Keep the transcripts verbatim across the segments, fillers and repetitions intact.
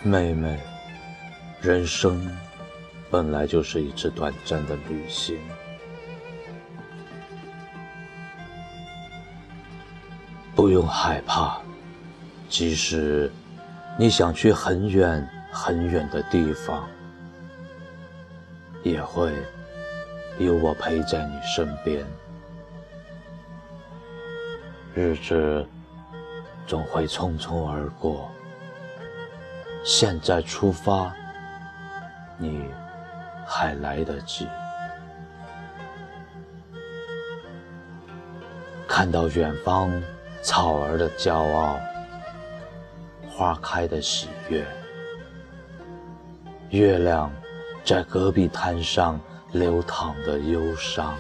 妹妹，人生本来就是一次短暂的旅行，不用害怕，即使你想去很远很远的地方，也会有我陪在你身边。日子总会匆匆而过，现在出发，你还来得及。看到远方草儿的骄傲，花开的喜悦，月亮在戈壁滩上流淌的忧伤。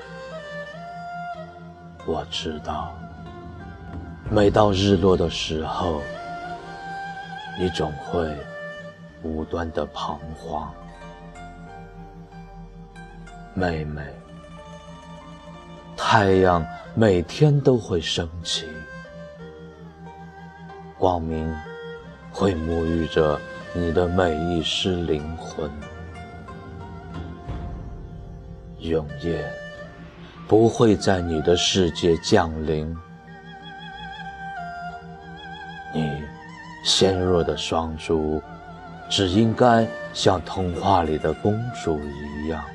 我知道，每到日落的时候，你总会无端的彷徨。妹妹，太阳每天都会升起，光明会沐浴着你的每一丝灵魂。永夜不会在你的世界降临，你纤弱的双足只应该像童话里的公主一样，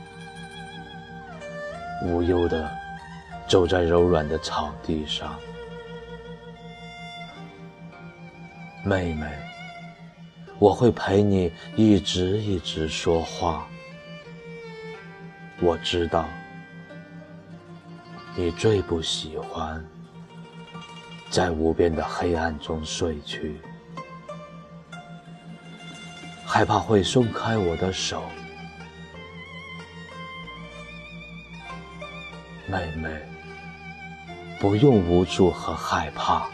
无忧地走在柔软的草地上。妹妹，我会陪你一直一直说话。我知道你最不喜欢在无边的黑暗中睡去，害怕会松开我的手。妹妹，不用无助和害怕，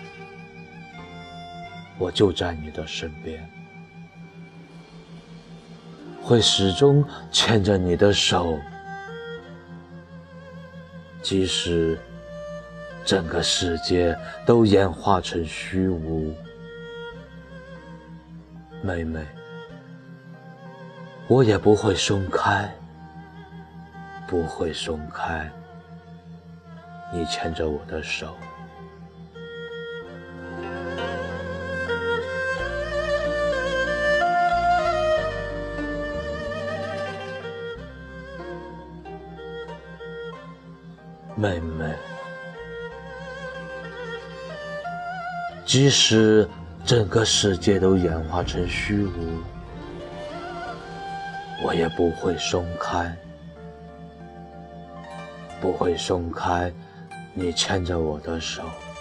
我就在你的身边，会始终牵着你的手，即使整个世界都演化成虚无。妹妹，我也不会松开，不会松开你牵着我的手。妹妹，即使整个世界都演化成虚无，我也不会松开，不会松开你牵着我的手。